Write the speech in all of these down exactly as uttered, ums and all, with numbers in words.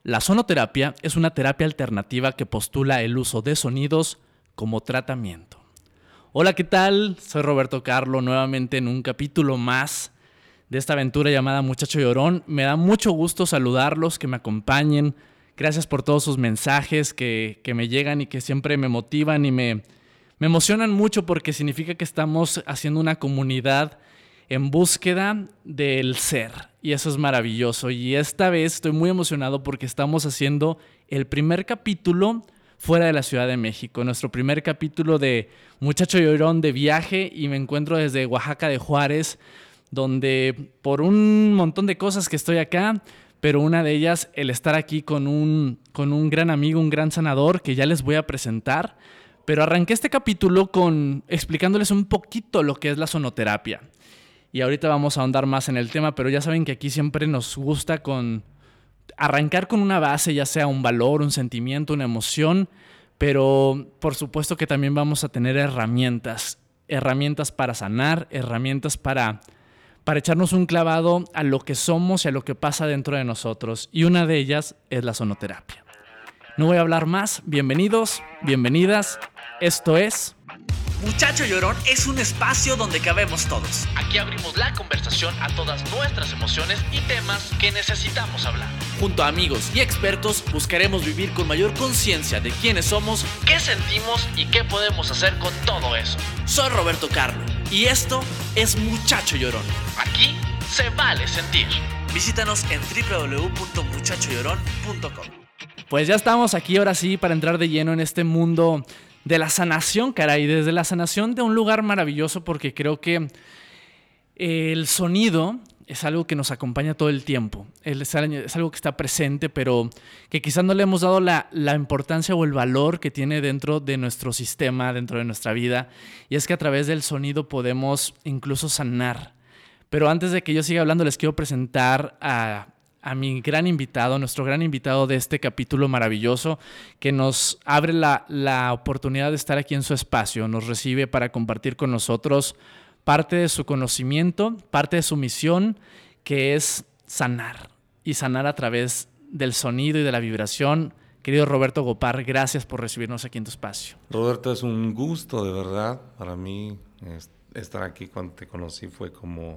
La sonoterapia es una terapia alternativa que postula el uso de sonidos como tratamiento. Hola, ¿qué tal? Soy Roberto Carlo, nuevamente en un capítulo más de esta aventura llamada Muchacho Llorón. Me da mucho gusto saludarlos, que me acompañen. Gracias por todos sus mensajes que, que me llegan y que siempre me motivan y me, me emocionan mucho porque significa que estamos haciendo una comunidad en búsqueda del ser. Y eso es maravilloso. Y esta vez estoy muy emocionado porque estamos haciendo el primer capítulo fuera de la Ciudad de México. Nuestro primer capítulo de Muchacho Llorón de viaje, y me encuentro desde Oaxaca de Juárez, donde por un montón de cosas que estoy acá, pero una de ellas el estar aquí con un, con un gran amigo, un gran sanador que ya les voy a presentar. Pero arranqué este capítulo con explicándoles un poquito lo que es la sonoterapia. Y ahorita vamos a ahondar más en el tema, pero ya saben que aquí siempre nos gusta con arrancar con una base, ya sea un valor, un sentimiento, una emoción, pero por supuesto que también vamos a tener herramientas, herramientas para sanar, herramientas para, para echarnos un clavado a lo que somos y a lo que pasa dentro de nosotros. Y una de ellas es la sonoterapia. No voy a hablar más. Bienvenidos, bienvenidas. Esto es Muchacho Llorón es un espacio donde cabemos todos. Aquí abrimos la conversación a todas nuestras emociones y temas que necesitamos hablar. Junto a amigos y expertos buscaremos vivir con mayor conciencia de quiénes somos, qué sentimos y qué podemos hacer con todo eso. Soy Roberto Carlo y esto es Muchacho Llorón. Aquí se vale sentir. Visítanos en doble u doble u doble u punto muchacho llorón punto com. Pues ya estamos aquí ahora sí para entrar de lleno en este mundo de la sanación, caray, desde la sanación de un lugar maravilloso, porque creo que el sonido es algo que nos acompaña todo el tiempo, es algo que está presente, pero que quizás no le hemos dado la, la importancia o el valor que tiene dentro de nuestro sistema, dentro de nuestra vida, y es que a través del sonido podemos incluso sanar. Pero antes de que yo siga hablando, les quiero presentar a... a mi gran invitado, nuestro gran invitado de este capítulo maravilloso, que nos abre la, la oportunidad de estar aquí en su espacio, nos recibe para compartir con nosotros parte de su conocimiento, parte de su misión, que es sanar, y sanar a través del sonido y de la vibración. Querido Roberto Gopar, gracias por recibirnos aquí en tu espacio. Roberto, es un gusto, de verdad, para mí estar aquí. Cuando te conocí fue como...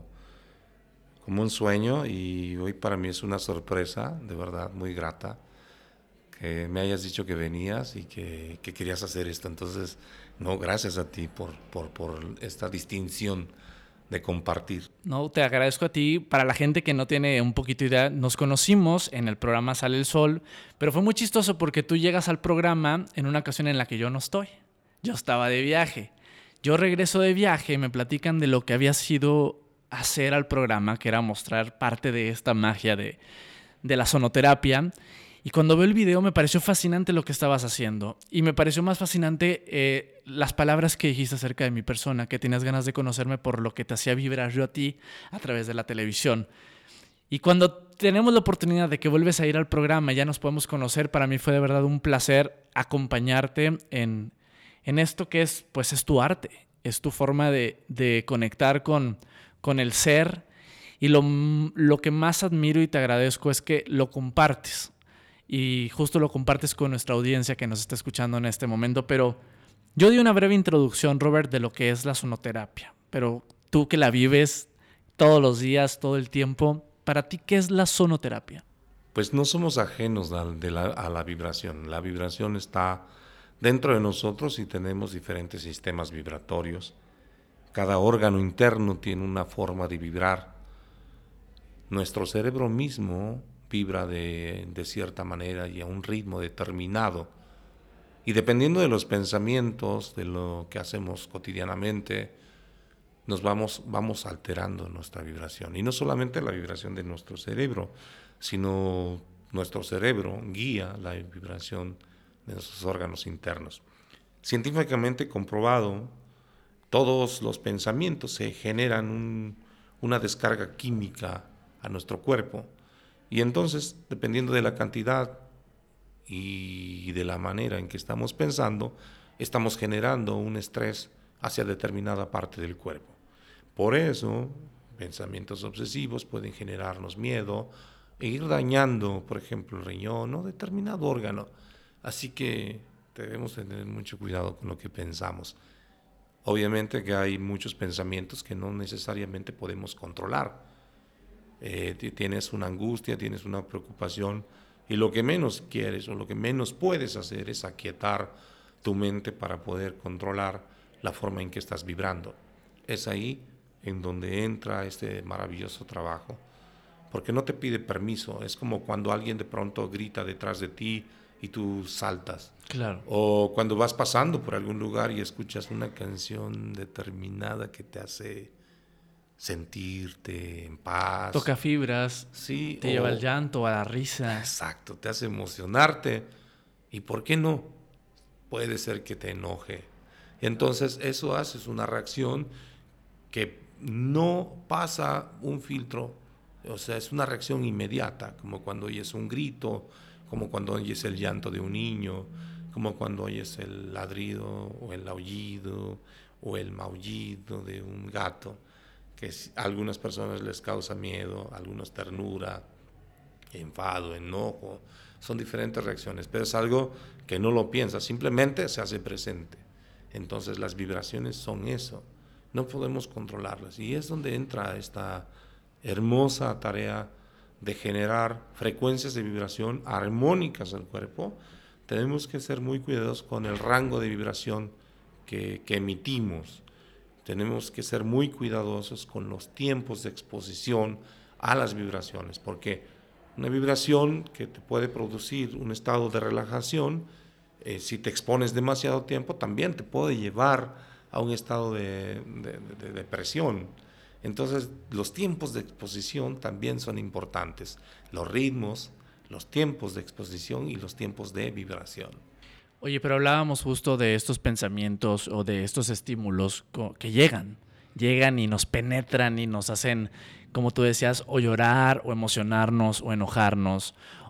como un sueño, y hoy para mí es una sorpresa, de verdad, muy grata, que me hayas dicho que venías y que, que querías hacer esto. Entonces, no, gracias a ti por, por, por esta distinción de compartir. No, te agradezco a ti. Para la gente que no tiene un poquito idea, nos conocimos en el programa Sale el Sol, pero fue muy chistoso porque tú llegas al programa en una ocasión en la que yo no estoy. Yo estaba de viaje. Yo regreso de viaje y me platican de lo que había sido hacer al programa, que era mostrar parte de esta magia de, de la sonoterapia. Y cuando veo el video me pareció fascinante lo que estabas haciendo, y me pareció más fascinante eh, las palabras que dijiste acerca de mi persona, que tenías ganas de conocerme por lo que te hacía vibrar yo a ti a través de la televisión. Y cuando tenemos la oportunidad de que vuelves a ir al programa y ya nos podemos conocer, para mí fue de verdad un placer acompañarte en, en esto que es, pues es tu arte, es tu forma de, de conectar con con el ser, y lo, lo que más admiro y te agradezco es que lo compartes, y justo lo compartes con nuestra audiencia que nos está escuchando en este momento. Pero yo di una breve introducción, Robert, de lo que es la sonoterapia, pero tú que la vives todos los días, todo el tiempo, para ti, ¿qué es la sonoterapia? Pues no somos ajenos a, de la, a la vibración. La vibración está dentro de nosotros y tenemos diferentes sistemas vibratorios. Cada órgano interno tiene una forma de vibrar. Nuestro cerebro mismo vibra de, de cierta manera y a un ritmo determinado. Y dependiendo de los pensamientos, de lo que hacemos cotidianamente, nos vamos, vamos alterando nuestra vibración. Y no solamente la vibración de nuestro cerebro, sino nuestro cerebro guía la vibración de nuestros órganos internos. Científicamente comprobado, todos los pensamientos se generan un, una descarga química a nuestro cuerpo, y entonces, dependiendo de la cantidad y de la manera en que estamos pensando, estamos generando un estrés hacia determinada parte del cuerpo. Por eso, pensamientos obsesivos pueden generarnos miedo, e ir dañando, por ejemplo, el riñón o determinado órgano. Así que debemos tener mucho cuidado con lo que pensamos. Obviamente que hay muchos pensamientos que no necesariamente podemos controlar. Eh, tienes una angustia, tienes una preocupación, y lo que menos quieres o lo que menos puedes hacer es aquietar tu mente para poder controlar la forma en que estás vibrando. Es ahí en donde entra este maravilloso trabajo, porque no te pide permiso. Es como cuando alguien de pronto grita detrás de ti y tú saltas. Claro. O cuando vas pasando por algún lugar y escuchas una canción determinada que te hace sentirte en paz. Toca fibras, sí, te o, lleva al llanto, a la risa. Exacto, te hace emocionarte. ¿Y por qué no? Puede ser que te enoje. Entonces eso hace una reacción que no pasa un filtro, o sea, es una reacción inmediata, como cuando oyes un grito, como cuando oyes el llanto de un niño, como cuando oyes el ladrido o el aullido o el maullido de un gato, que a algunas personas les causa miedo, a algunos ternura, enfado, enojo. Son diferentes reacciones, pero es algo que no lo piensas, simplemente se hace presente. Entonces las vibraciones son eso, no podemos controlarlas, y es donde entra esta hermosa tarea de generar frecuencias de vibración armónicas al cuerpo. Tenemos que ser muy cuidadosos con el rango de vibración que, que emitimos. Tenemos que ser muy cuidadosos con los tiempos de exposición a las vibraciones, porque una vibración que te puede producir un estado de relajación, eh, si te expones demasiado tiempo, también te puede llevar a un estado de, de, de depresión. Entonces, los tiempos de exposición también son importantes. Los ritmos, los tiempos de exposición y los tiempos de vibración. Oye, pero hablábamos justo de estos pensamientos o de estos estímulos que llegan, llegan y nos penetran y nos hacen, como tú decías, o llorar, o emocionarnos, o enojarnos,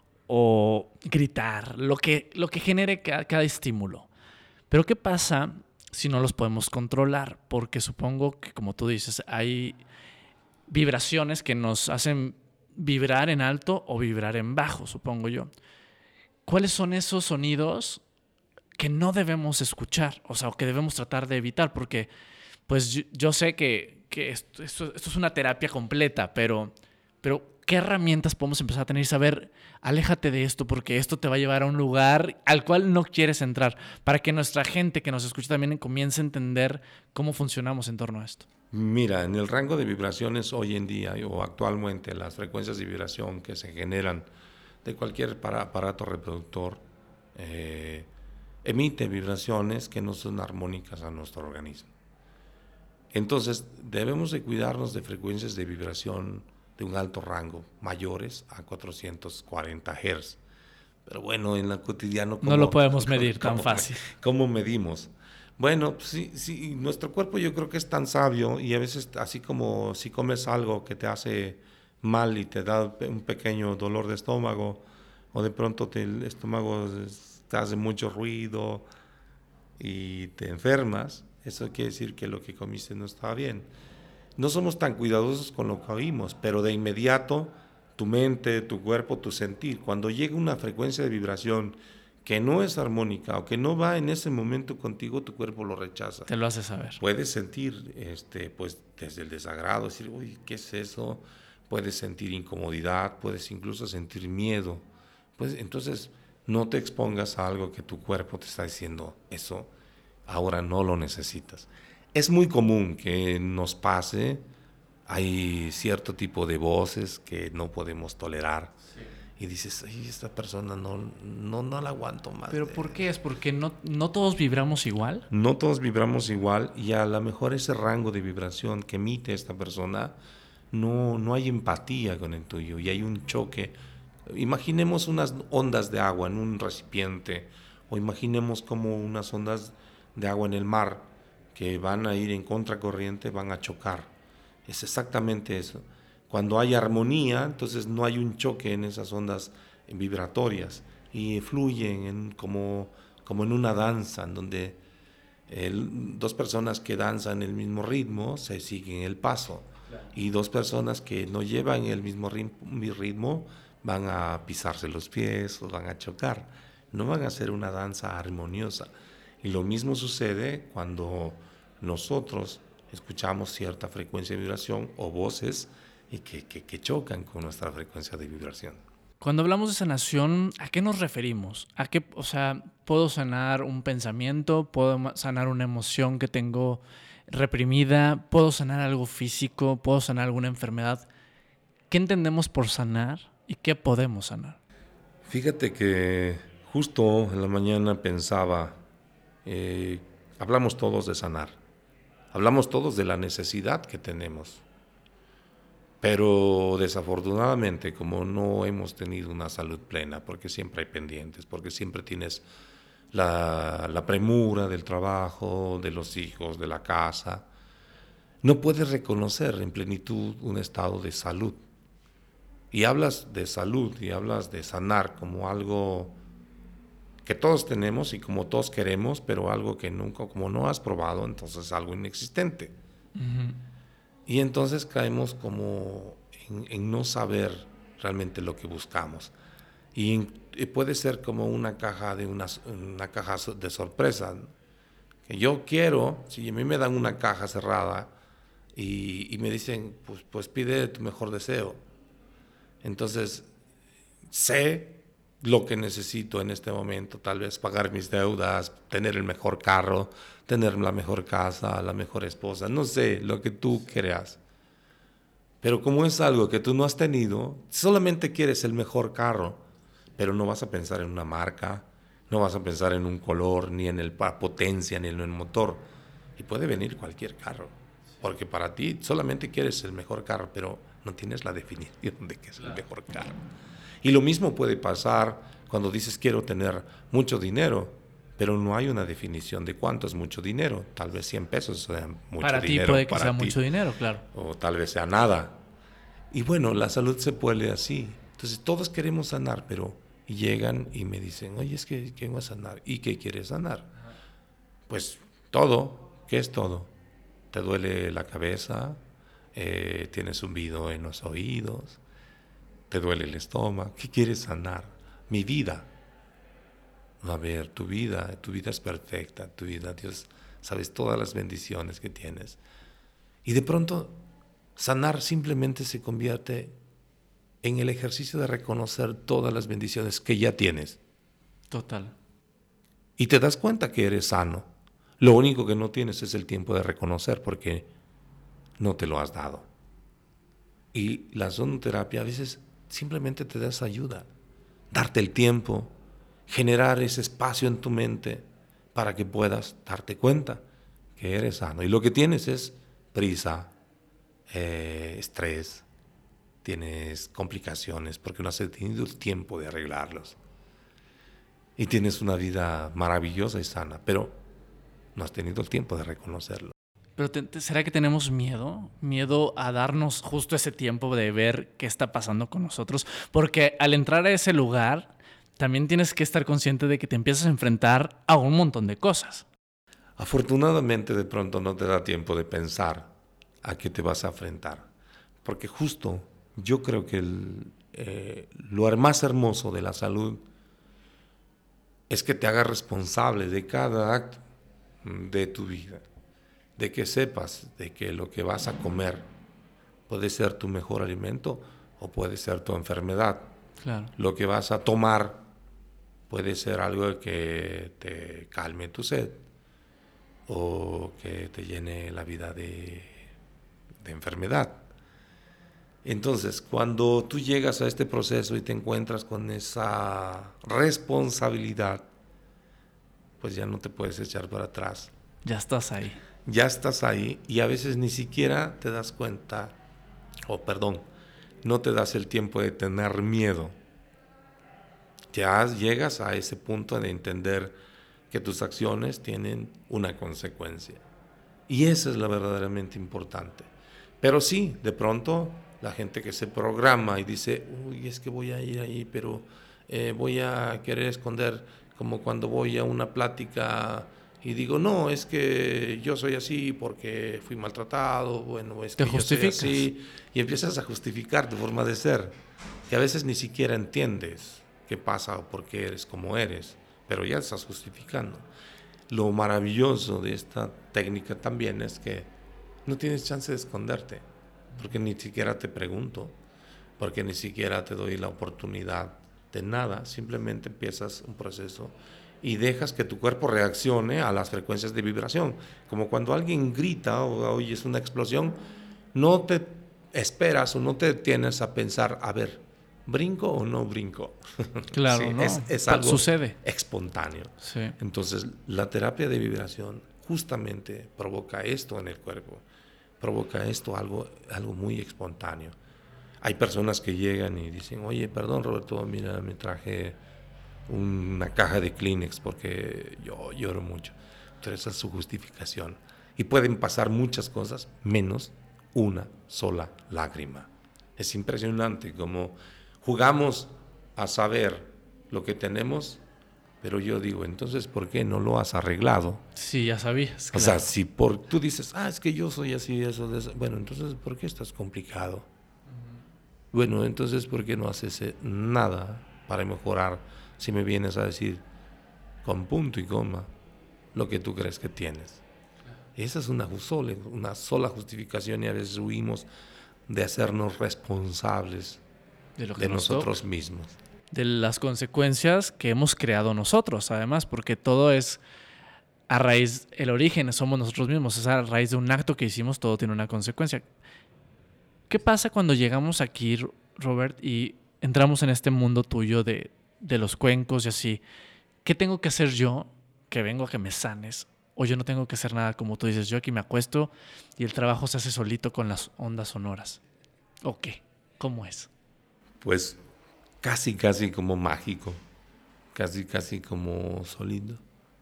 o gritar, lo que, lo que genere cada, cada estímulo. Pero ¿qué pasa si no los podemos controlar? Porque supongo que, como tú dices, hay vibraciones que nos hacen vibrar en alto o vibrar en bajo, supongo yo. ¿Cuáles son esos sonidos que no debemos escuchar? O sea, o que debemos tratar de evitar, porque pues yo, yo sé que, que esto, esto, esto es una terapia completa, pero, pero ¿qué herramientas podemos empezar a tener y saber, aléjate de esto porque esto te va a llevar a un lugar al cual no quieres entrar, para que nuestra gente que nos escucha también comience a entender cómo funcionamos en torno a esto? Mira, en el rango de vibraciones hoy en día o actualmente, las frecuencias de vibración que se generan de cualquier para, aparato reproductor eh, emite vibraciones que no son armónicas a nuestro organismo. Entonces debemos de cuidarnos de frecuencias de vibración de un alto rango, mayores a cuatrocientos cuarenta hertz. Pero bueno, en la cotidiano... No lo podemos medir tan fácil. ¿Cómo medimos? Bueno, sí, sí, nuestro cuerpo yo creo que es tan sabio, y a veces así como si comes algo que te hace mal y te da un pequeño dolor de estómago, o de pronto te, el estómago te hace mucho ruido y te enfermas, eso quiere decir que lo que comiste no estaba bien. No somos tan cuidadosos con lo que oímos, pero de inmediato tu mente, tu cuerpo, tu sentir, cuando llega una frecuencia de vibración que no es armónica o que no va en ese momento contigo, tu cuerpo lo rechaza. Te lo hace saber. Puedes sentir este, pues, desde el desagrado, decir, uy, ¿qué es eso? Puedes sentir incomodidad, puedes incluso sentir miedo. Pues entonces no te expongas a algo que tu cuerpo te está diciendo, eso ahora no lo necesitas. Es muy común que nos pase, hay cierto tipo de voces que no podemos tolerar. Sí. Y dices, ay, esta persona no, no, no la aguanto más. ¿Pero de... por qué? ¿Es porque no, no todos vibramos igual? No todos vibramos igual, y a lo mejor ese rango de vibración que emite esta persona, no, no hay empatía con el tuyo, y hay un choque. Imaginemos unas ondas de agua en un recipiente, o imaginemos como unas ondas de agua en el mar, que van a ir en contracorriente, van a chocar. Es exactamente eso. Cuando hay armonía, entonces no hay un choque en esas ondas vibratorias y fluyen en, como, como en una danza, en donde el, dos personas que danzan el mismo ritmo se siguen el paso. Claro. Y dos personas que no llevan el mismo ritmo van a pisarse los pies o van a chocar. No van a hacer una danza armoniosa. Y lo mismo sucede cuando nosotros escuchamos cierta frecuencia de vibración o voces y que, que, que chocan con nuestra frecuencia de vibración. Cuando hablamos de sanación, ¿a qué nos referimos? ¿A qué, o sea, puedo sanar un pensamiento? ¿Puedo sanar una emoción que tengo reprimida? ¿Puedo sanar algo físico? ¿Puedo sanar alguna enfermedad? ¿Qué entendemos por sanar y qué podemos sanar? Fíjate que justo en la mañana pensaba, eh, hablamos todos de sanar, hablamos todos de la necesidad que tenemos, pero desafortunadamente como no hemos tenido una salud plena, porque siempre hay pendientes, porque siempre tienes la, la premura del trabajo, de los hijos, de la casa, no puedes reconocer en plenitud un estado de salud. Y hablas de salud y hablas de sanar como algo que todos tenemos y como todos queremos, pero algo que nunca, como no has probado, entonces es algo inexistente. Uh-huh. Y entonces caemos como en, en no saber realmente lo que buscamos. Y, y puede ser como una caja de una, una caja de sorpresa. Que yo quiero, si a mí me dan una caja cerrada y, y me dicen, pues, pues pide tu mejor deseo. Entonces, sé lo que necesito en este momento, tal vez pagar mis deudas, tener el mejor carro, tener la mejor casa, la mejor esposa, no sé, lo que tú creas. Pero como es algo que tú no has tenido, solamente quieres el mejor carro, pero no vas a pensar en una marca, no vas a pensar en un color, ni en la potencia, ni en el motor. Y puede venir cualquier carro, porque para ti solamente quieres el mejor carro, pero no tienes la definición de qué es el mejor carro. Y lo mismo puede pasar cuando dices quiero tener mucho dinero, pero no hay una definición de cuánto es mucho dinero. Tal vez cien pesos sea mucho para dinero. Ti puede que para sea ti. mucho dinero, claro. O tal vez sea nada. Y bueno, la salud se puede así. Entonces todos queremos sanar, pero llegan y me dicen, oye, es que ¿quién va a sanar? ¿Y qué quieres sanar? Ajá. Pues todo. ¿Qué es todo? ¿Te duele la cabeza? Eh, ¿Tienes zumbido en los oídos? ¿Te duele el estómago? ¿Qué quieres sanar? Mi vida. A ver, tu vida, tu vida es perfecta, tu vida, Dios, sabes todas las bendiciones que tienes. Y de pronto, sanar simplemente se convierte en el ejercicio de reconocer todas las bendiciones que ya tienes. Total. Y te das cuenta que eres sano. Lo único que no tienes es el tiempo de reconocer porque no te lo has dado. Y la sonoterapia a veces simplemente te da esa ayuda. Darte el tiempo, generar ese espacio en tu mente para que puedas darte cuenta que eres sano. Y lo que tienes es prisa, eh, estrés, tienes complicaciones porque no has tenido el tiempo de arreglarlos. Y tienes una vida maravillosa y sana, pero no has tenido el tiempo de reconocerlo. Pero te, te, ¿será que tenemos miedo? Miedo a darnos justo ese tiempo de ver qué está pasando con nosotros. Porque al entrar a ese lugar, también tienes que estar consciente de que te empiezas a enfrentar a un montón de cosas. Afortunadamente, de pronto no te da tiempo de pensar a qué te vas a enfrentar. Porque justo yo creo que el, eh, lo más hermoso de la salud es que te hagas responsable de cada acto de tu vida. De que sepas de que lo que vas a comer puede ser tu mejor alimento o puede ser tu enfermedad. Claro. Lo que vas a tomar puede ser algo que te calme tu sed o que te llene la vida de, de enfermedad. Entonces, cuando tú llegas a este proceso y te encuentras con esa responsabilidad, pues ya no te puedes echar para atrás. Ya estás ahí. Ya estás ahí y a veces ni siquiera te das cuenta, o oh, perdón, no te das el tiempo de tener miedo. Ya llegas a ese punto de entender que tus acciones tienen una consecuencia. Y eso es lo verdaderamente importante. Pero sí, de pronto, la gente que se programa y dice, uy, es que voy a ir ahí, pero eh, voy a querer esconder, como cuando voy a una plática y digo, no, es que yo soy así porque fui maltratado, bueno, es que Te yo soy justificas. así, y empiezas a justificar tu forma de ser, que a veces ni siquiera entiendes qué pasa o por qué eres como eres, pero ya estás justificando. Lo maravilloso de esta técnica también es que no tienes chance de esconderte, porque ni siquiera te pregunto, porque ni siquiera te doy la oportunidad de nada, simplemente empiezas un proceso y dejas que tu cuerpo reaccione a las frecuencias de vibración. Como cuando alguien grita o oyes una explosión, no te esperas o no te detienes a pensar, a ver, ¿brinco o no brinco? Claro, Sí, ¿no? es, es Pa- algo sucede. espontáneo. Sí. Entonces, la terapia de vibración justamente provoca esto en el cuerpo, provoca esto, algo, algo muy espontáneo. Hay personas que llegan y dicen, oye, perdón Roberto, mira, me traje una caja de Kleenex porque yo lloro mucho. Pero esa es su justificación. Y pueden pasar muchas cosas, menos una sola lágrima. Es impresionante cómo jugamos a saber lo que tenemos, pero yo digo, entonces, ¿por qué no lo has arreglado? Sí, ya sabías. O Claro. sea, si por, tú dices, ah, es que yo soy así, eso, de eso. Bueno, entonces, ¿por qué estás complicado? Uh-huh. Bueno, entonces, ¿por qué no haces nada para mejorar si me vienes a decir con punto y coma lo que tú crees que tienes? Esa es una sola, una sola justificación y a veces huimos de hacernos responsables de, lo que de nos nosotros toca. mismos. De las consecuencias que hemos creado nosotros, además, porque todo es a raíz, el origen somos nosotros mismos, es a raíz de un acto que hicimos, todo tiene una consecuencia. ¿Qué pasa cuando llegamos aquí, Robert, y entramos en este mundo tuyo de, de los cuencos y así? ¿Qué tengo que hacer yo, que vengo a que me sanes? O yo no tengo que hacer nada, como tú dices, yo aquí me acuesto y el trabajo se hace solito con las ondas sonoras. ¿O qué? ¿Cómo es? Pues casi, casi como mágico, casi, casi como sólido.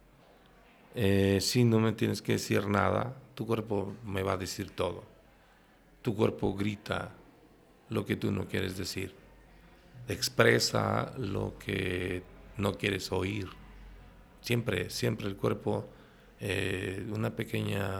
Eh, si no me tienes que decir nada, tu cuerpo me va a decir todo. Tu cuerpo grita lo que tú no quieres decir, expresa lo que no quieres oír. Siempre, siempre el cuerpo, eh, una pequeña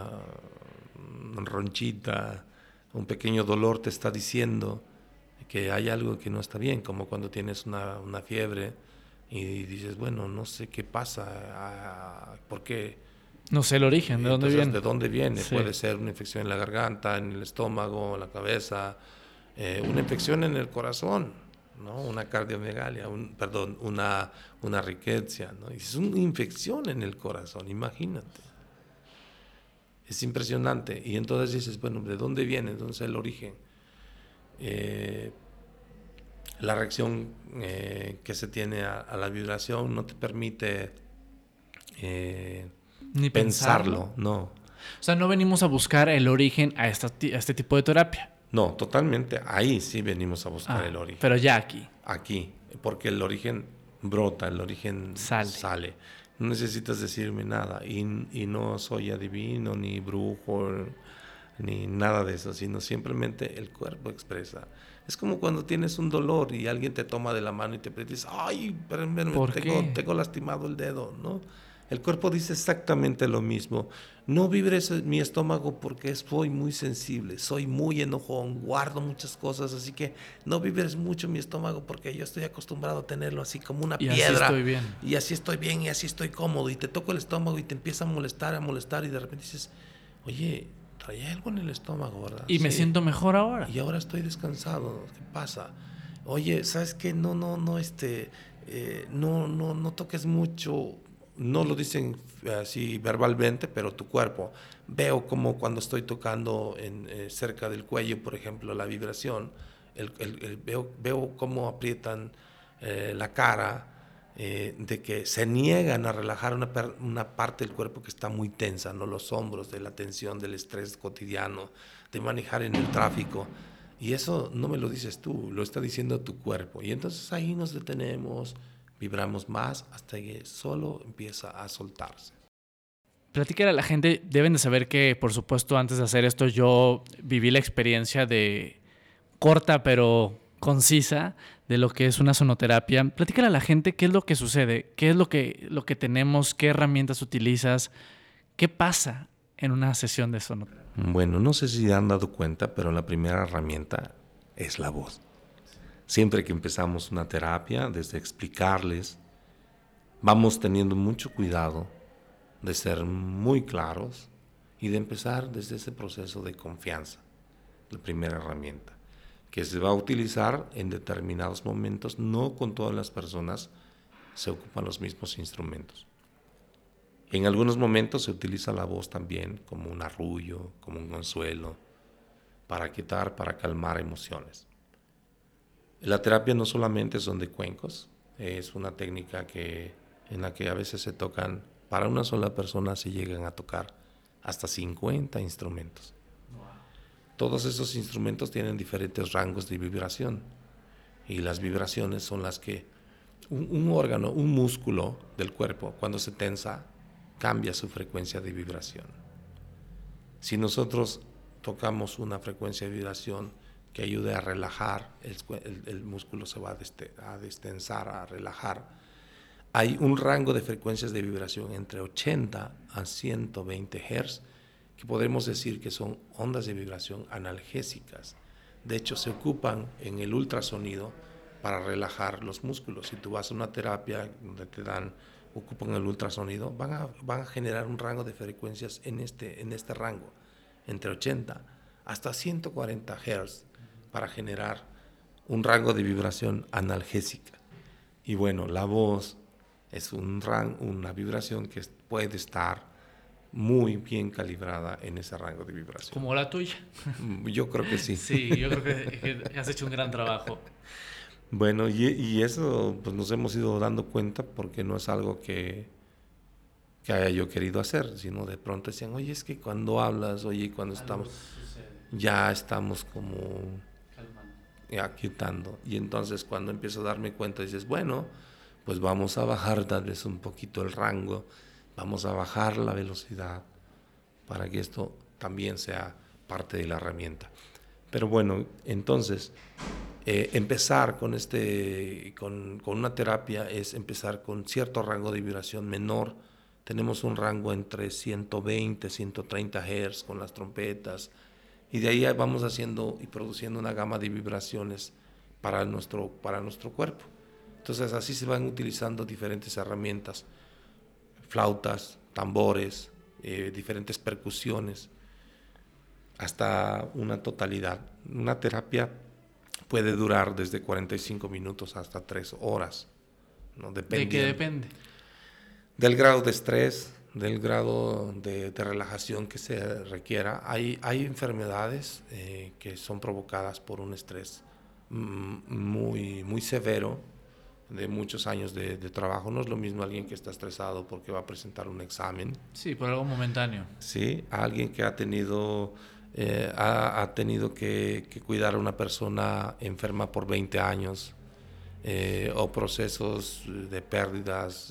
ronchita, un pequeño dolor te está diciendo que hay algo que no está bien, como cuando tienes una, una fiebre y dices, bueno, no sé qué pasa, ¿por qué? No sé el origen, ¿de dónde Entonces, viene? ¿de dónde viene? Sí. Puede ser una infección en la garganta, en el estómago, en la cabeza, eh, una infección en el corazón, ¿no? Una cardiomegalia, un, perdón, una, una riqueza, ¿no? Es una infección en el corazón, imagínate. Es impresionante. Y entonces dices, bueno, ¿de dónde viene entonces el origen? Eh, la reacción eh, que se tiene a, a la vibración no te permite eh, Ni pensarlo, pensarlo, no. O sea, no venimos a buscar el origen a, esta, a este tipo de terapia. No, totalmente. Ahí sí venimos a buscar Ah, el origen. Pero ya aquí. Aquí, porque el origen brota, el origen Sale. sale. No necesitas decirme nada. Y, y no soy adivino, ni brujo, ni nada de eso, sino simplemente el cuerpo expresa. Es como cuando tienes un dolor y alguien te toma de la mano y te dice, ay, pero, pero ¿Por tengo, qué? tengo lastimado el dedo, ¿no? El cuerpo dice exactamente lo mismo. No vibres mi estómago porque soy muy sensible, soy muy enojón, guardo muchas cosas, así que no vibres mucho mi estómago porque yo estoy acostumbrado a tenerlo así como una Y piedra. así estoy bien. Y así estoy bien y así estoy cómodo. Y te toco el estómago y te empieza a molestar, a molestar y de repente dices, oye, traía algo en el estómago, ¿verdad? Y me Sí. siento mejor ahora. Y ahora estoy descansado. ¿Qué pasa? Oye, ¿sabes qué? No, no, no, este, eh, no, no, no toques mucho. No lo dicen así verbalmente, pero tu cuerpo. Veo como cuando estoy tocando en, eh, cerca del cuello, por ejemplo, la vibración, el, el, el, veo, veo cómo aprietan eh, la cara, eh, de que se niegan a relajar una, una parte del cuerpo que está muy tensa, ¿no? Los hombros, de la tensión, del estrés cotidiano, de manejar en el tráfico. Y eso no me lo dices tú, lo está diciendo tu cuerpo. Y entonces ahí nos detenemos, vibramos más hasta que solo empieza a soltarse. Platícale a la gente, deben de saber que, por supuesto, antes de hacer esto yo viví la experiencia de corta pero concisa de lo que es una sonoterapia. Platícale a la gente qué es lo que sucede, qué es lo que, lo que tenemos, qué herramientas utilizas, qué pasa en una sesión de sonoterapia. Bueno, no sé si han dado cuenta, pero la primera herramienta es la voz. Siempre que empezamos una terapia, desde explicarles, vamos teniendo mucho cuidado de ser muy claros y de empezar desde ese proceso de confianza, la primera herramienta, que se va a utilizar en determinados momentos. No con todas las personas se ocupan los mismos instrumentos. En algunos momentos se utiliza la voz también como un arrullo, como un consuelo, para quitar, para calmar emociones. La terapia no solamente son de cuencos, es una técnica que, en la que a veces se tocan, para una sola persona se llegan a tocar hasta cincuenta instrumentos. Wow. Todos esos instrumentos tienen diferentes rangos de vibración y las vibraciones son las que un, un órgano, un músculo del cuerpo, cuando se tensa, cambia su frecuencia de vibración. Si nosotros tocamos una frecuencia de vibración que ayude a relajar, el, el, el músculo se va a, deste, a destensar, a relajar. Hay un rango de frecuencias de vibración entre ochenta a ciento veinte hertz, que podemos decir que son ondas de vibración analgésicas. De hecho, se ocupan en el ultrasonido para relajar los músculos. Si tú vas a una terapia donde te dan, ocupan el ultrasonido, van a, van a generar un rango de frecuencias en este, en este rango, entre ochenta hasta ciento cuarenta hertz, para generar un rango de vibración analgésica. Y bueno, la voz es un rango, una vibración que puede estar muy bien calibrada en ese rango de vibración. Como la tuya. Yo creo que sí. Sí, yo creo que, que has hecho un gran trabajo. Bueno, y, y eso pues nos hemos ido dando cuenta porque no es algo que, que haya yo querido hacer, sino de pronto decían, oye, es que cuando hablas, oye, cuando estamos, ya estamos como ya quitando. Y entonces cuando empiezo a darme cuenta, dices, bueno, pues vamos a bajar tal vez un poquito el rango, vamos a bajar la velocidad para que esto también sea parte de la herramienta. Pero bueno, entonces eh, empezar con, este, con, con una terapia es empezar con cierto rango de vibración menor. Tenemos un rango entre ciento veinte, ciento treinta hertz con las trompetas, y de ahí vamos haciendo y produciendo una gama de vibraciones para nuestro, para nuestro cuerpo. Entonces así se van utilizando diferentes herramientas, flautas, tambores, eh, diferentes percusiones, hasta una totalidad. Una terapia puede durar desde cuarenta y cinco minutos hasta tres horas, ¿no? ¿De qué depende? Del grado de estrés, del grado de, de relajación que se requiera. Hay, hay enfermedades eh, que son provocadas por un estrés mm, muy, muy severo, de muchos años de, de trabajo. No es lo mismo alguien que está estresado porque va a presentar un examen. Sí, por algo momentáneo. Sí, alguien que ha tenido, eh, ha, ha tenido que, que cuidar a una persona enferma por veinte años, eh, o procesos de pérdidas,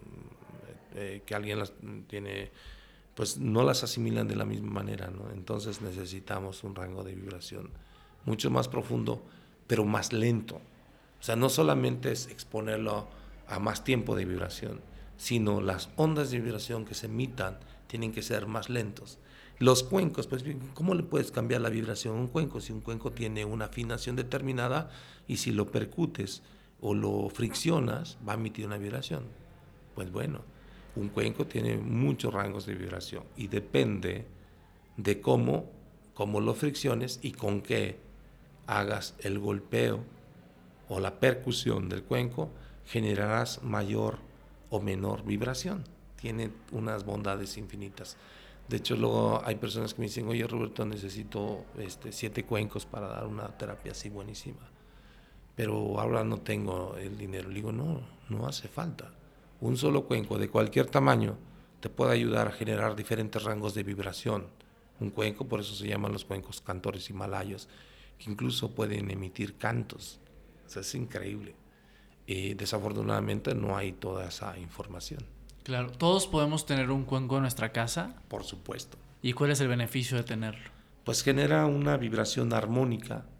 eh, que alguien las tiene, pues no las asimilan de la misma manera, ¿no? Entonces necesitamos un rango de vibración mucho más profundo, pero más lento. O sea, no solamente es exponerlo a más tiempo de vibración, sino las ondas de vibración que se emitan tienen que ser más lentos. Los cuencos, pues, ¿cómo le puedes cambiar la vibración a un cuenco? Si un cuenco tiene una afinación determinada y si lo percutes o lo friccionas, va a emitir una vibración. Pues bueno, un cuenco tiene muchos rangos de vibración y depende de cómo, cómo lo fricciones y con qué hagas el golpeo o la percusión del cuenco, generarás mayor o menor vibración. Tiene unas bondades infinitas. De hecho, luego hay personas que me dicen, oye, Roberto, necesito este, siete cuencos para dar una terapia así buenísima, pero ahora no tengo el dinero. Le digo, no, no hace falta. Un solo cuenco de cualquier tamaño te puede ayudar a generar diferentes rangos de vibración. Un cuenco, por eso se llaman los cuencos cantores himalayos, que incluso pueden emitir cantos. O sea, es increíble. Y desafortunadamente no hay toda esa información. Claro, ¿todos podemos tener un cuenco en nuestra casa? Por supuesto. ¿Y cuál es el beneficio de tenerlo? Pues genera una vibración armónica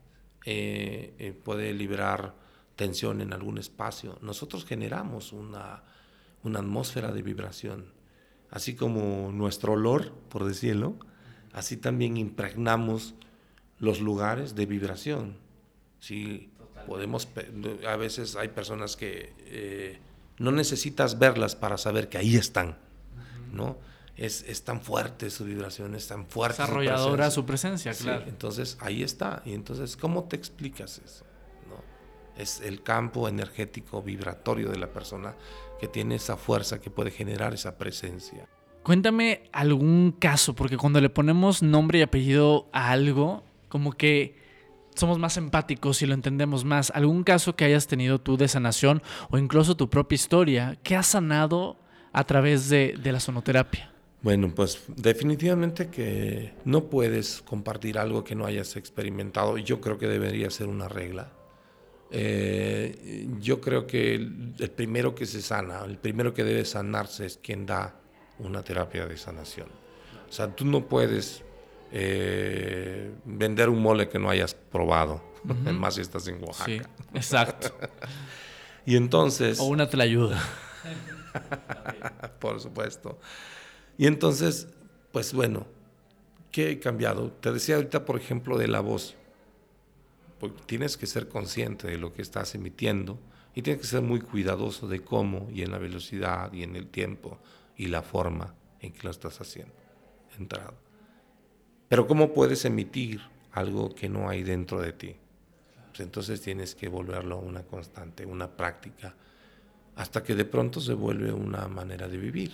eh, eh, puede liberar tensión en algún espacio. Nosotros generamos una, una atmósfera de vibración, así como nuestro olor, por decirlo, así también impregnamos los lugares de vibración. Sí, podemos, a veces hay personas que eh, no necesitas verlas para saber que ahí están, ¿no? Es, es tan fuerte su vibración, es tan fuerte. Es arrolladora su presencia, su presencia, claro. Sí, entonces ahí está. Y entonces, ¿cómo te explicas eso? ¿No? Es el campo energético vibratorio de la persona que tiene esa fuerza que puede generar esa presencia. Cuéntame algún caso, porque cuando le ponemos nombre y apellido a algo, como que somos más empáticos y lo entendemos más. ¿Algún caso que hayas tenido tú de sanación o incluso tu propia historia que has sanado a través de, de la sonoterapia? Bueno, pues definitivamente que no puedes compartir algo que no hayas experimentado, y yo creo que debería ser una regla. Eh, yo creo que el, el primero que se sana, el primero que debe sanarse es quien da una terapia de sanación. O sea, tú no puedes eh, vender un mole que no hayas probado, uh-huh. Más si estás en Oaxaca. Sí, exacto. Y entonces... O una tlayuda. Por supuesto. Y entonces, pues bueno, ¿qué he cambiado? Te decía ahorita, por ejemplo, de la voz. Porque tienes que ser consciente de lo que estás emitiendo y tienes que ser muy cuidadoso de cómo y en la velocidad y en el tiempo y la forma en que lo estás haciendo. Entrado. Pero ¿cómo puedes emitir algo que no hay dentro de ti? Pues entonces tienes que volverlo una constante, una práctica, hasta que de pronto se vuelve una manera de vivir.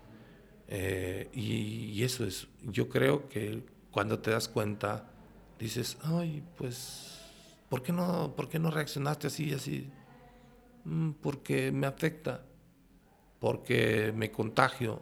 Eh, y, y eso es, yo creo que cuando te das cuenta, dices, ay, pues, ¿por qué no, por qué no reaccionaste así y así? Mm, porque me afecta, porque me contagio,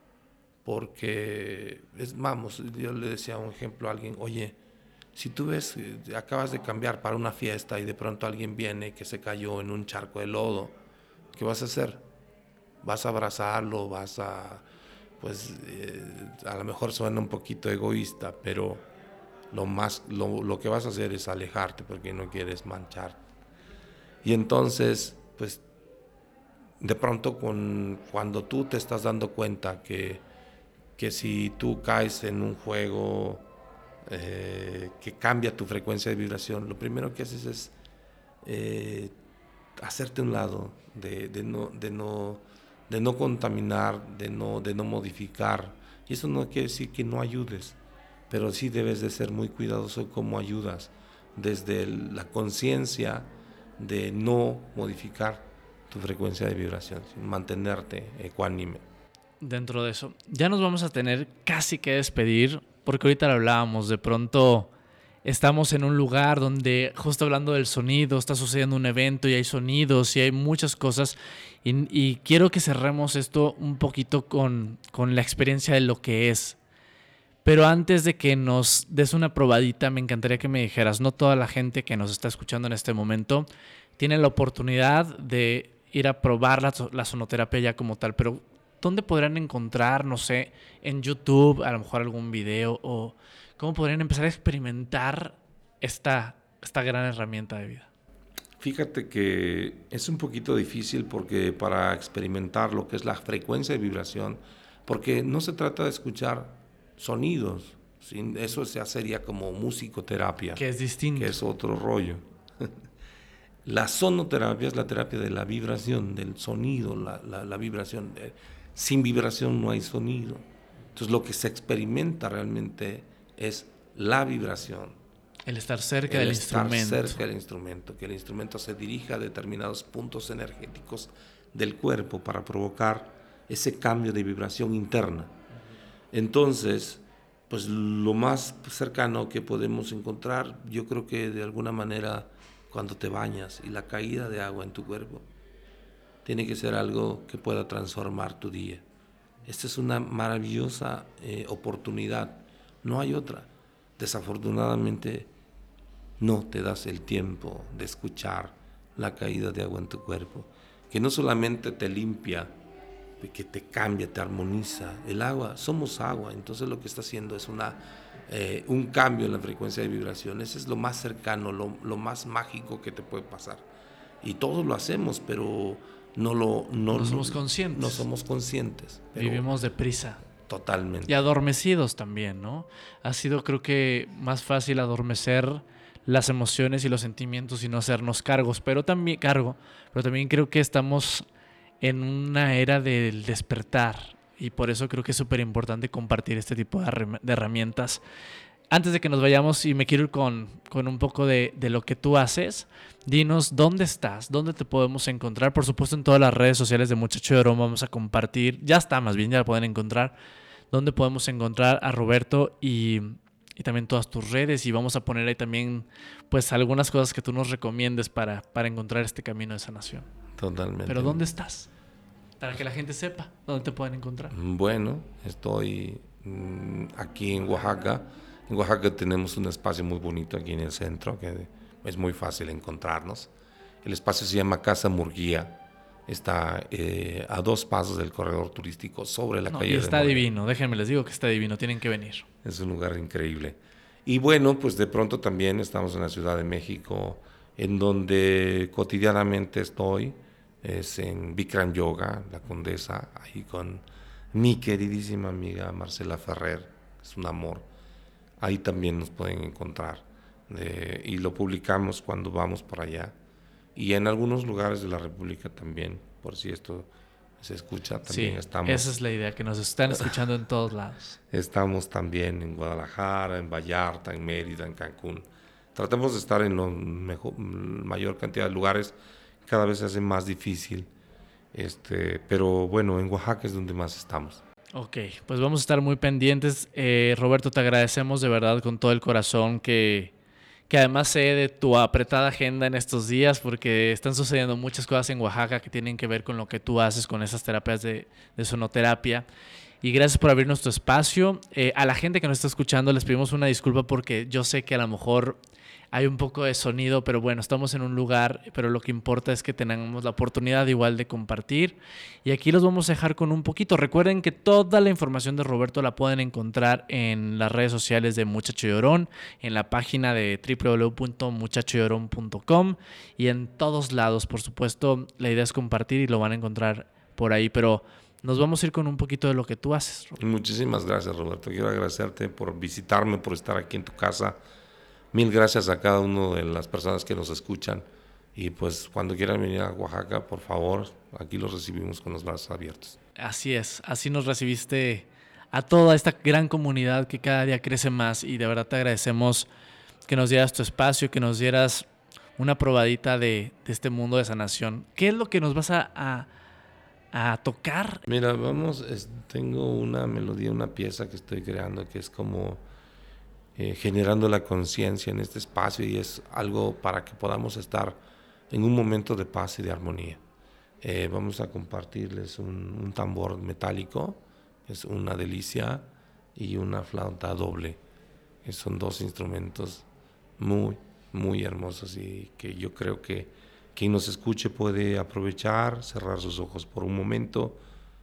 porque, es, vamos, yo le decía un ejemplo a alguien, oye, si tú ves, acabas de cambiar para una fiesta y de pronto alguien viene que se cayó en un charco de lodo, ¿qué vas a hacer? Vas a abrazarlo, vas a... pues eh, a lo mejor suena un poquito egoísta, pero lo, más, lo, lo que vas a hacer es alejarte porque no quieres mancharte. Y entonces, pues, de pronto con, cuando tú te estás dando cuenta que, que si tú caes en un juego eh, que cambia tu frecuencia de vibración, lo primero que haces es eh, hacerte a un lado, de, de no... De no de no contaminar, de no, de no modificar. Y eso no quiere decir que no ayudes, pero sí debes de ser muy cuidadoso cómo ayudas, desde el, la conciencia de no modificar tu frecuencia de vibración, sino mantenerte ecuánime. Dentro de eso, ya nos vamos a tener casi que despedir, porque ahorita lo hablábamos, de pronto estamos en un lugar donde, justo hablando del sonido, está sucediendo un evento y hay sonidos y hay muchas cosas. Y, y quiero que cerremos esto un poquito con, con la experiencia de lo que es. Pero antes de que nos des una probadita, me encantaría que me dijeras, no toda la gente que nos está escuchando en este momento tiene la oportunidad de ir a probar la, la sonoterapia ya como tal, pero ¿dónde podrán encontrar, no sé, en YouTube, a lo mejor algún video, o cómo podrían empezar a experimentar esta, esta gran herramienta de vida? Fíjate que es un poquito difícil porque para experimentar lo que es la frecuencia de vibración, porque no se trata de escuchar sonidos, ¿sí? Eso ya sería como musicoterapia, que es distinto, que es otro rollo. La sonoterapia es la terapia de la vibración, del sonido, la, la, la vibración. Sin vibración no hay sonido. Entonces lo que se experimenta realmente es la vibración. El estar cerca el del estar instrumento. cerca del instrumento, que el instrumento se dirija a determinados puntos energéticos del cuerpo para provocar ese cambio de vibración interna. Entonces, pues lo más cercano que podemos encontrar, yo creo que de alguna manera cuando te bañas y la caída de agua en tu cuerpo, tiene que ser algo que pueda transformar tu día. Esta es una maravillosa eh, oportunidad, no hay otra. Desafortunadamente, no te das el tiempo de escuchar la caída de agua en tu cuerpo, que no solamente te limpia, que te cambia, te armoniza. El agua, somos agua, entonces lo que está haciendo es una eh, un cambio en la frecuencia de vibración. Ese es lo más cercano, lo, lo más mágico que te puede pasar. Y todos lo hacemos, pero no lo no, no somos lo, conscientes. No somos conscientes. Vivimos deprisa. Totalmente. Y adormecidos también, ¿no? Ha sido, creo que, más fácil adormecer las emociones y los sentimientos y no hacernos cargos, pero también cargo, pero también creo que estamos en una era del despertar y por eso creo que es súper importante compartir este tipo de, de herramientas. Antes de que nos vayamos, y me quiero ir con, con un poco de, de lo que tú haces, dinos dónde estás, dónde te podemos encontrar. Por supuesto, en todas las redes sociales de Muchacho Llorón vamos a compartir, ya está, más bien ya la pueden encontrar, dónde podemos encontrar a Roberto y, y también todas tus redes, y vamos a poner ahí también pues algunas cosas que tú nos recomiendes para, para encontrar este camino de sanación. Totalmente. Pero ¿dónde estás? Para que la gente sepa dónde te pueden encontrar. Bueno, estoy mmm, aquí en Oaxaca. En Oaxaca tenemos un espacio muy bonito aquí en el centro, que es muy fácil encontrarnos. El espacio se llama Casa Murguía. Está eh, a dos pasos del corredor turístico sobre la no, calle y de está Morelia. divino, déjenme les digo que está divino, tienen que venir. Es un lugar increíble. Y bueno, pues de pronto también estamos en la Ciudad de México, en donde cotidianamente estoy, es en Bikram Yoga, la Condesa, ahí con mi queridísima amiga Marcela Ferrer, es un amor. Ahí también nos pueden encontrar eh, y lo publicamos cuando vamos por allá. Y en algunos lugares de la República también, por si esto se escucha, también sí, estamos. Esa es la idea, que nos están escuchando en todos lados. Estamos también en Guadalajara, en Vallarta, en Mérida, en Cancún. Tratamos de estar en la mayor cantidad de lugares, cada vez se hace más difícil, este, pero bueno, en Oaxaca es donde más estamos. Ok, pues vamos a estar muy pendientes. Eh, Roberto, te agradecemos de verdad con todo el corazón que, que además sé de tu apretada agenda en estos días, porque están sucediendo muchas cosas en Oaxaca que tienen que ver con lo que tú haces con esas terapias de, de sonoterapia. Y gracias por abrir nuestro espacio. Eh, a la gente que nos está escuchando les pedimos una disculpa porque yo sé que a lo mejor hay un poco de sonido, pero bueno, estamos en un lugar, pero lo que importa es que tengamos la oportunidad igual de compartir. Y aquí los vamos a dejar con un poquito. Recuerden que toda la información de Roberto la pueden encontrar en las redes sociales de Muchacho Llorón, en la página de doble u doble u doble u punto muchacho llorón punto com y en todos lados. Por supuesto, la idea es compartir y lo van a encontrar por ahí, pero nos vamos a ir con un poquito de lo que tú haces, Roberto. Muchísimas gracias, Roberto. Quiero agradecerte por visitarme, por estar aquí en tu casa. Mil gracias a cada una de las personas que nos escuchan. Y pues cuando quieran venir a Oaxaca, por favor, aquí los recibimos con los brazos abiertos. Así es, así nos recibiste a toda esta gran comunidad que cada día crece más. Y de verdad te agradecemos que nos dieras tu espacio, que nos dieras una probadita de, de este mundo de sanación. ¿Qué es lo que nos vas a... a a tocar? Mira, vamos, es, tengo una melodía, una pieza que estoy creando que es como eh, generando la conciencia en este espacio y es algo para que podamos estar en un momento de paz y de armonía. Eh, vamos a compartirles un, un tambor metálico, es una delicia, y una flauta doble. Que son dos instrumentos muy, muy hermosos y que yo creo que quien nos escuche puede aprovechar, cerrar sus ojos por un momento,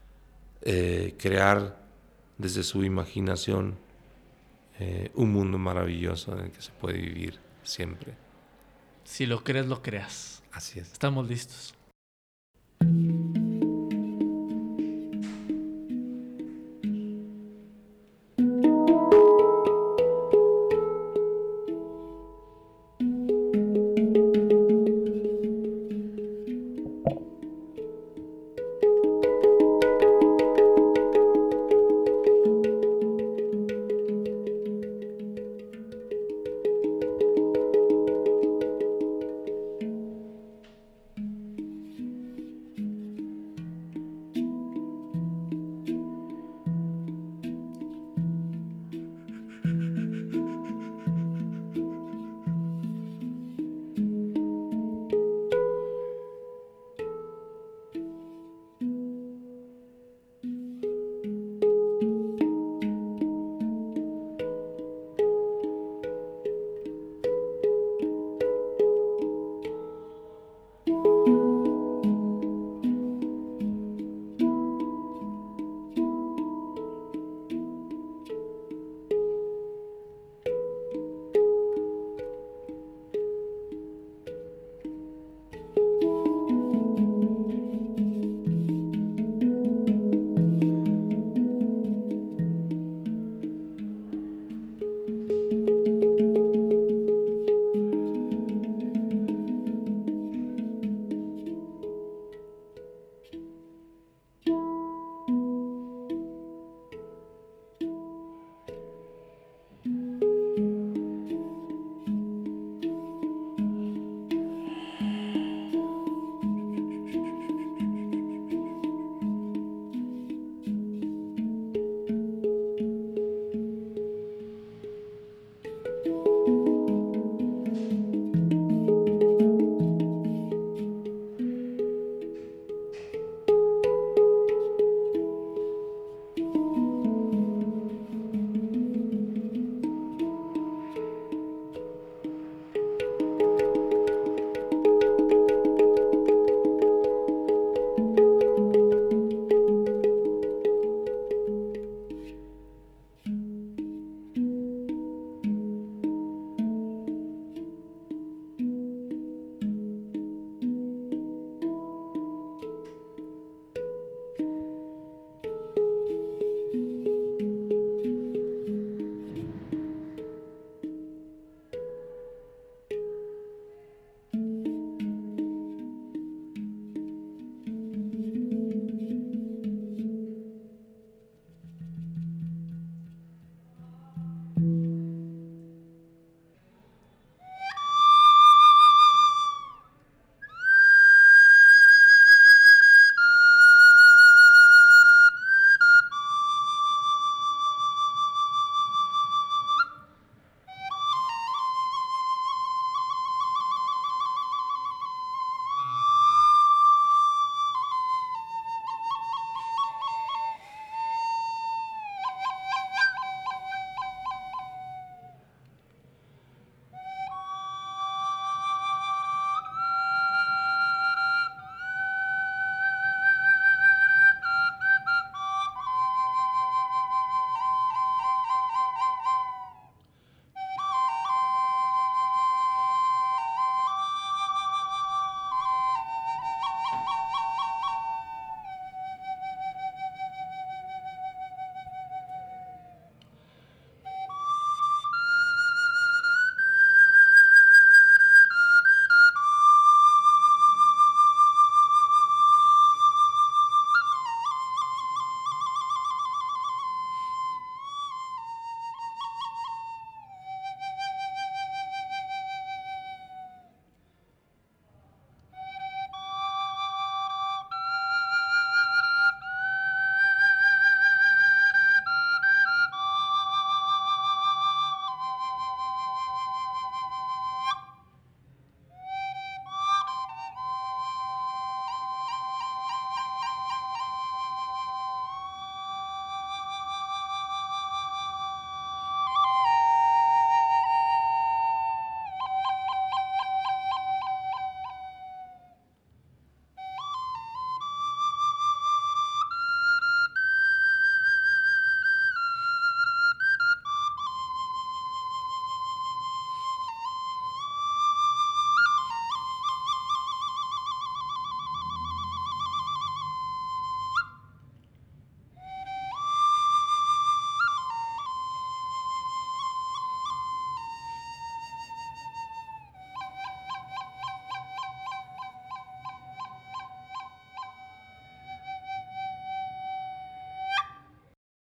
eh, crear desde su imaginación eh, un mundo maravilloso en el que se puede vivir siempre. Si lo crees, lo creas. Así es. Estamos listos.